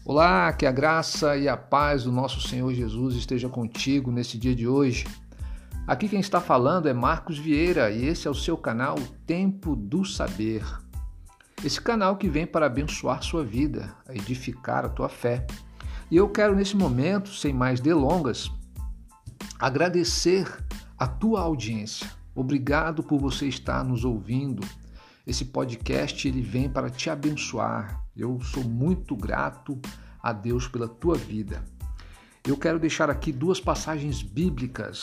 Olá, que a graça e a paz do nosso Senhor Jesus esteja contigo nesse dia de hoje. Aqui quem está falando é Marcos Vieira e esse é o seu canal Tempo do Saber. Esse canal que vem para abençoar sua vida, a edificar a tua fé. E eu quero nesse momento, sem mais delongas, agradecer a tua audiência. Obrigado por você estar nos ouvindo. Esse podcast ele vem para te abençoar. Eu sou muito grato a Deus pela tua vida. Eu quero deixar aqui duas passagens bíblicas.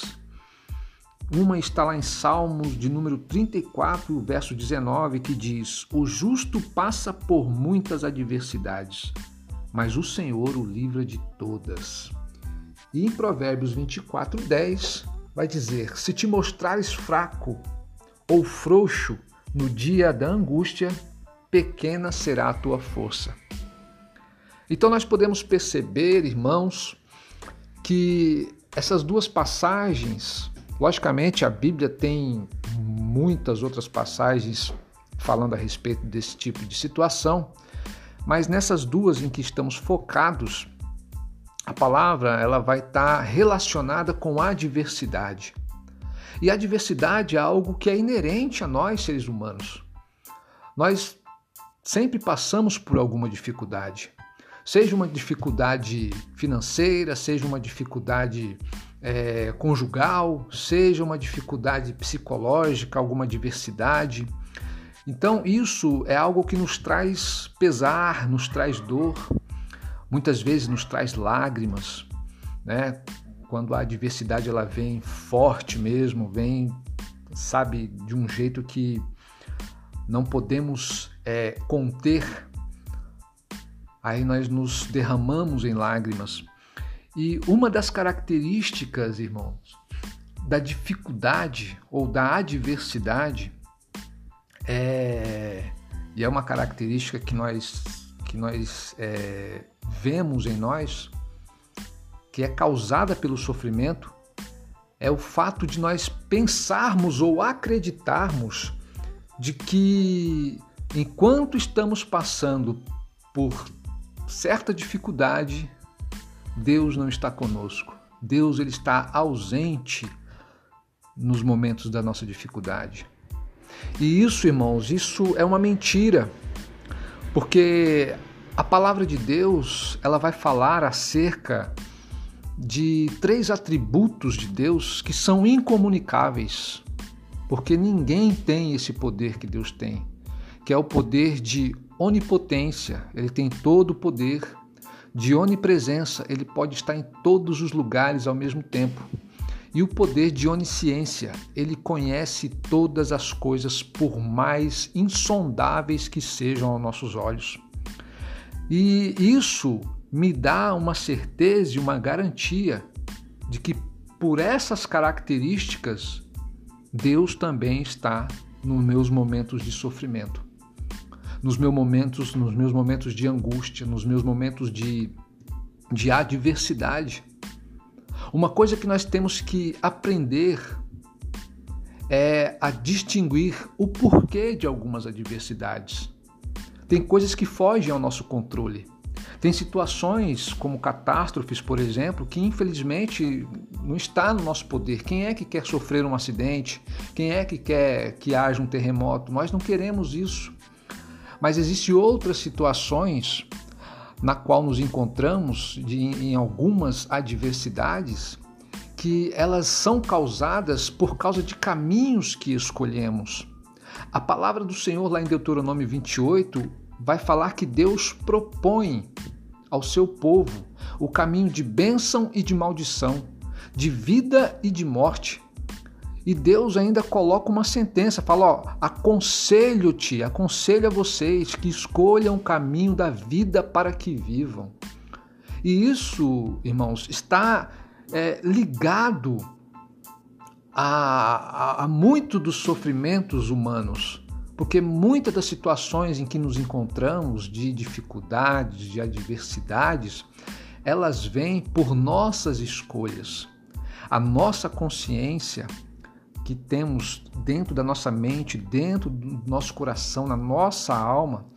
Uma está lá em Salmos de número 34, verso 19, que diz: "O justo passa por muitas adversidades, mas o Senhor o livra de todas." E em Provérbios 24:10 vai dizer: "Se te mostrares fraco ou frouxo no dia da angústia, pequena será a tua força." Então nós podemos perceber, irmãos, que essas duas passagens, logicamente a Bíblia tem muitas outras passagens falando a respeito desse tipo de situação, mas nessas duas em que estamos focados, a palavra ela vai estar relacionada com a adversidade. E a adversidade é algo que é inerente a nós, seres humanos. Nós sempre passamos por alguma dificuldade. Seja uma dificuldade financeira, seja uma dificuldade conjugal, seja uma dificuldade psicológica, alguma adversidade. Então, isso é algo que nos traz pesar, nos traz dor, muitas vezes nos traz lágrimas, né? Quando a adversidade ela vem forte mesmo, vem, sabe, de um jeito que não podemos conter, aí nós nos derramamos em lágrimas. E uma das características, irmãos, da dificuldade ou da adversidade e é uma característica que nós vemos em nós, que é causada pelo sofrimento, é o fato de nós pensarmos ou acreditarmos de que enquanto estamos passando por certa dificuldade, Deus não está conosco. Deus ele está ausente nos momentos da nossa dificuldade. E isso, irmãos, isso é uma mentira, porque a palavra de Deus ela vai falar acerca de 3 atributos de Deus que são incomunicáveis, porque ninguém tem esse poder que Deus tem, que é o poder de onipotência, ele tem todo o poder, de onipresença, ele pode estar em todos os lugares ao mesmo tempo, e o poder de onisciência, ele conhece todas as coisas por mais insondáveis que sejam aos nossos olhos. E isso me dá uma certeza e uma garantia de que por essas características Deus também está nos meus momentos de sofrimento, nos meus momentos de angústia, nos meus momentos de adversidade. Uma coisa que nós temos que aprender é a distinguir o porquê de algumas adversidades. Tem coisas que fogem ao nosso controle. Tem situações como catástrofes, por exemplo, que infelizmente não está no nosso poder. Quem é que quer sofrer um acidente? Quem é que quer que haja um terremoto? Nós não queremos isso. Mas existem outras situações na qual nos encontramos em algumas adversidades que elas são causadas por causa de caminhos que escolhemos. A palavra do Senhor lá em Deuteronômio 28 vai falar que Deus propõe ao seu povo o caminho de bênção e de maldição, de vida e de morte. E Deus ainda coloca uma sentença, fala, aconselho a vocês que escolham o caminho da vida para que vivam. E isso, irmãos, está ligado a muito dos sofrimentos humanos, porque muitas das situações em que nos encontramos, de dificuldades, de adversidades, elas vêm por nossas escolhas. A nossa consciência que temos dentro da nossa mente, dentro do nosso coração, na nossa alma,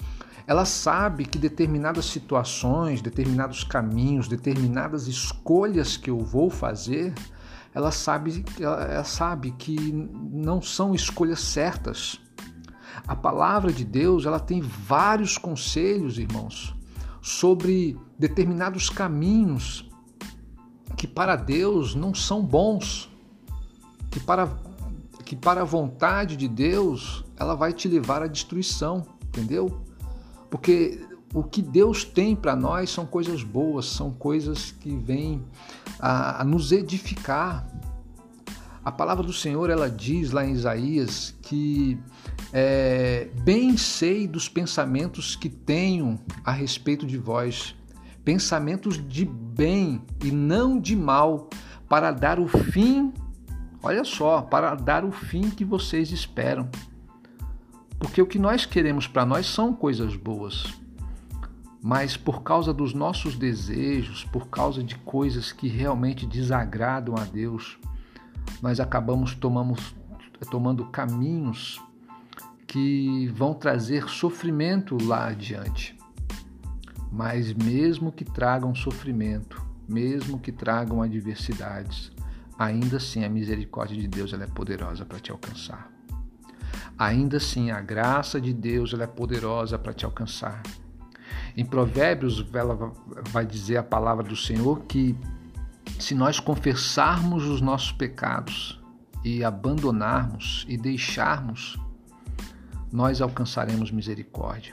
Ela sabe que determinadas situações, determinados caminhos, determinadas escolhas que eu vou fazer, ela sabe que não são escolhas certas. A palavra de Deus, ela tem vários conselhos, irmãos, sobre determinados caminhos que para Deus não são bons, que para a vontade de Deus, ela vai te levar à destruição, entendeu? Porque o que Deus tem para nós são coisas boas, são coisas que vêm a nos edificar. A palavra do Senhor, ela diz lá em Isaías que bem sei dos pensamentos que tenho a respeito de vós, pensamentos de bem e não de mal, para dar o fim, olha só, para dar o fim que vocês esperam. Porque o que nós queremos para nós são coisas boas, mas por causa dos nossos desejos, por causa de coisas que realmente desagradam a Deus, nós acabamos tomando caminhos que vão trazer sofrimento lá adiante. Mas mesmo que tragam sofrimento, mesmo que tragam adversidades, ainda assim a misericórdia de Deus ela é poderosa para te alcançar. Ainda assim a graça de Deus ela é poderosa para te alcançar. Em Provérbios ela vai dizer a palavra do Senhor que se nós confessarmos os nossos pecados e abandonarmos e deixarmos, nós alcançaremos misericórdia.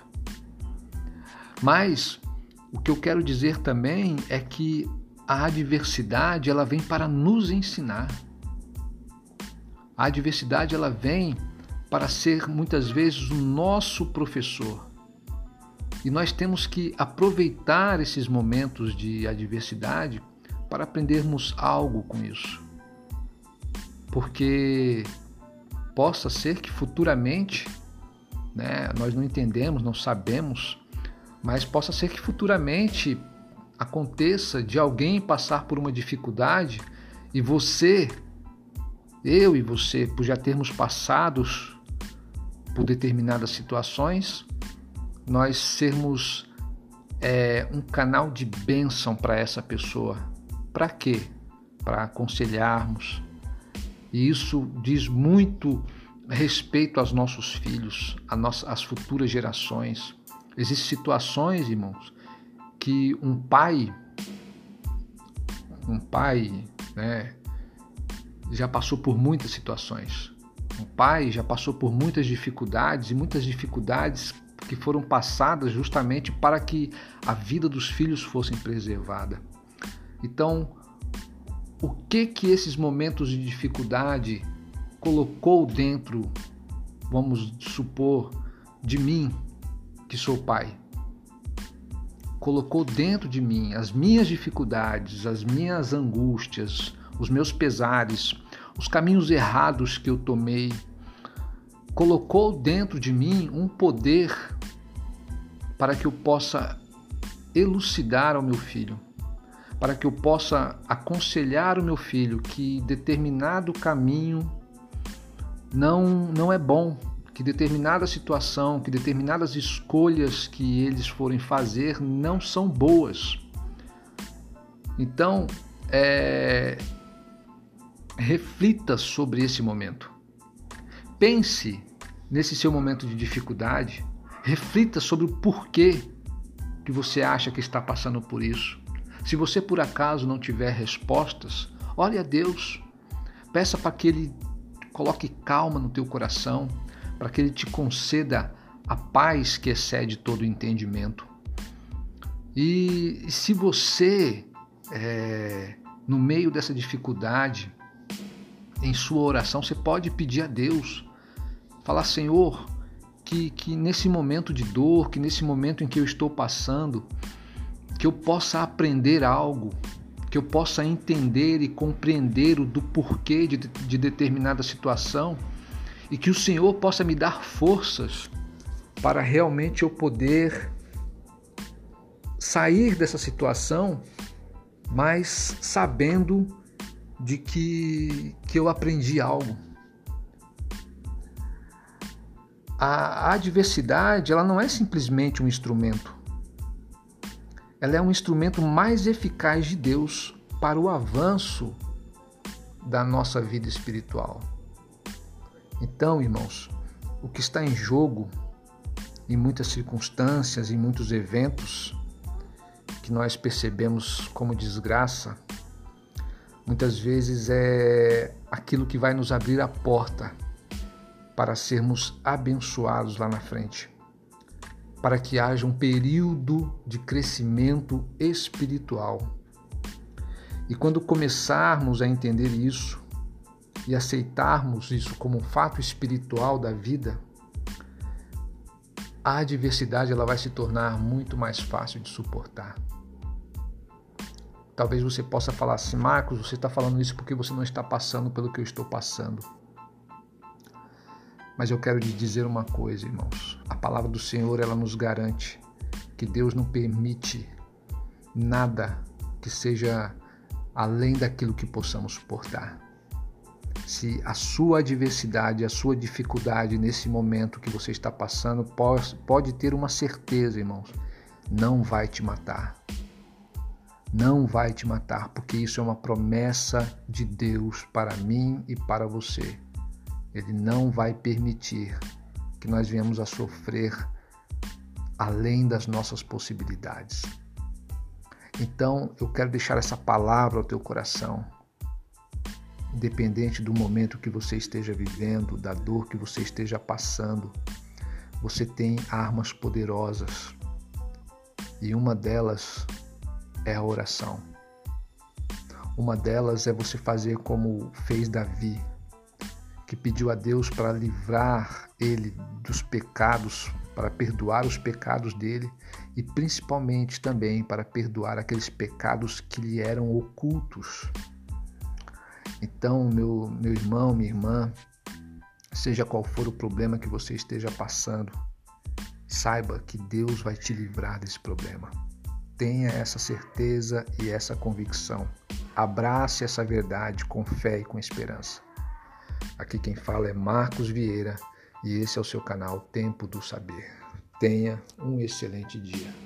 Mas o que eu quero dizer também é que a adversidade ela vem para nos ensinar. A adversidade ela vem para ser muitas vezes o nosso professor. E nós temos que aproveitar esses momentos de adversidade para aprendermos algo com isso. Porque possa ser que futuramente, nós não entendemos, não sabemos, mas possa ser que futuramente aconteça de alguém passar por uma dificuldade e eu e você, por já termos passado por determinadas situações, nós sermos um canal de bênção para essa pessoa. Para quê? Para aconselharmos. E isso diz muito respeito aos nossos filhos, às futuras gerações. Existem situações, irmãos, que um pai, já passou por muitas situações. Um pai já passou por muitas dificuldades e muitas dificuldades que foram passadas justamente para que a vida dos filhos fosse preservada. Então, o que esses momentos de dificuldade colocou dentro, vamos supor, de mim, que sou pai? Colocou dentro de mim as minhas dificuldades, as minhas angústias, os meus pesares, os caminhos errados que eu tomei. Colocou dentro de mim um poder para que eu possa elucidar ao meu filho, para que eu possa aconselhar o meu filho que determinado caminho não é bom, que determinada situação, que determinadas escolhas que eles forem fazer não são boas. Então, reflita sobre esse momento. Pense nesse seu momento de dificuldade, reflita sobre o porquê que você acha que está passando por isso. Se você por acaso não tiver respostas, ore a Deus, peça para que Ele coloque calma no teu coração, para que Ele te conceda a paz que excede todo o entendimento. E se você, no meio dessa dificuldade, em sua oração, você pode pedir a Deus, falar: Senhor, que nesse momento de dor, que nesse momento em que eu estou passando, que eu possa aprender algo, que eu possa entender e compreender do porquê de determinada situação, e que o Senhor possa me dar forças para realmente eu poder sair dessa situação, mas sabendo de que eu aprendi algo. A adversidade, ela não é simplesmente um instrumento. Ela é um instrumento mais eficaz de Deus para o avanço da nossa vida espiritual. Então, irmãos, o que está em jogo em muitas circunstâncias, em muitos eventos que nós percebemos como desgraça, muitas vezes é aquilo que vai nos abrir a porta para sermos abençoados lá na frente, para que haja um período de crescimento espiritual. E quando começarmos a entender isso e aceitarmos isso como um fato espiritual da vida, a adversidade ela vai se tornar muito mais fácil de suportar. Talvez você possa falar assim: Marcos, você está falando isso porque você não está passando pelo que eu estou passando. Mas eu quero lhe dizer uma coisa, irmãos. A palavra do Senhor, ela nos garante que Deus não permite nada que seja além daquilo que possamos suportar. Se a sua adversidade, a sua dificuldade nesse momento que você está passando, pode ter uma certeza, irmãos, não vai te matar. Não vai te matar, porque isso é uma promessa de Deus para mim e para você. Ele não vai permitir que nós venhamos a sofrer além das nossas possibilidades. Então, eu quero deixar essa palavra ao teu coração. Independente do momento que você esteja vivendo, da dor que você esteja passando, você tem armas poderosas. E uma delas é a oração. Uma delas é você fazer como fez Davi, que pediu a Deus para livrar ele dos pecados, para perdoar os pecados dele e principalmente também para perdoar aqueles pecados que lhe eram ocultos. Então, meu irmão, minha irmã, seja qual for o problema que você esteja passando, saiba que Deus vai te livrar desse problema. Tenha essa certeza e essa convicção. Abrace essa verdade com fé e com esperança. Aqui quem fala é Marcos Vieira e esse é o seu canal Tempo do Saber. Tenha um excelente dia.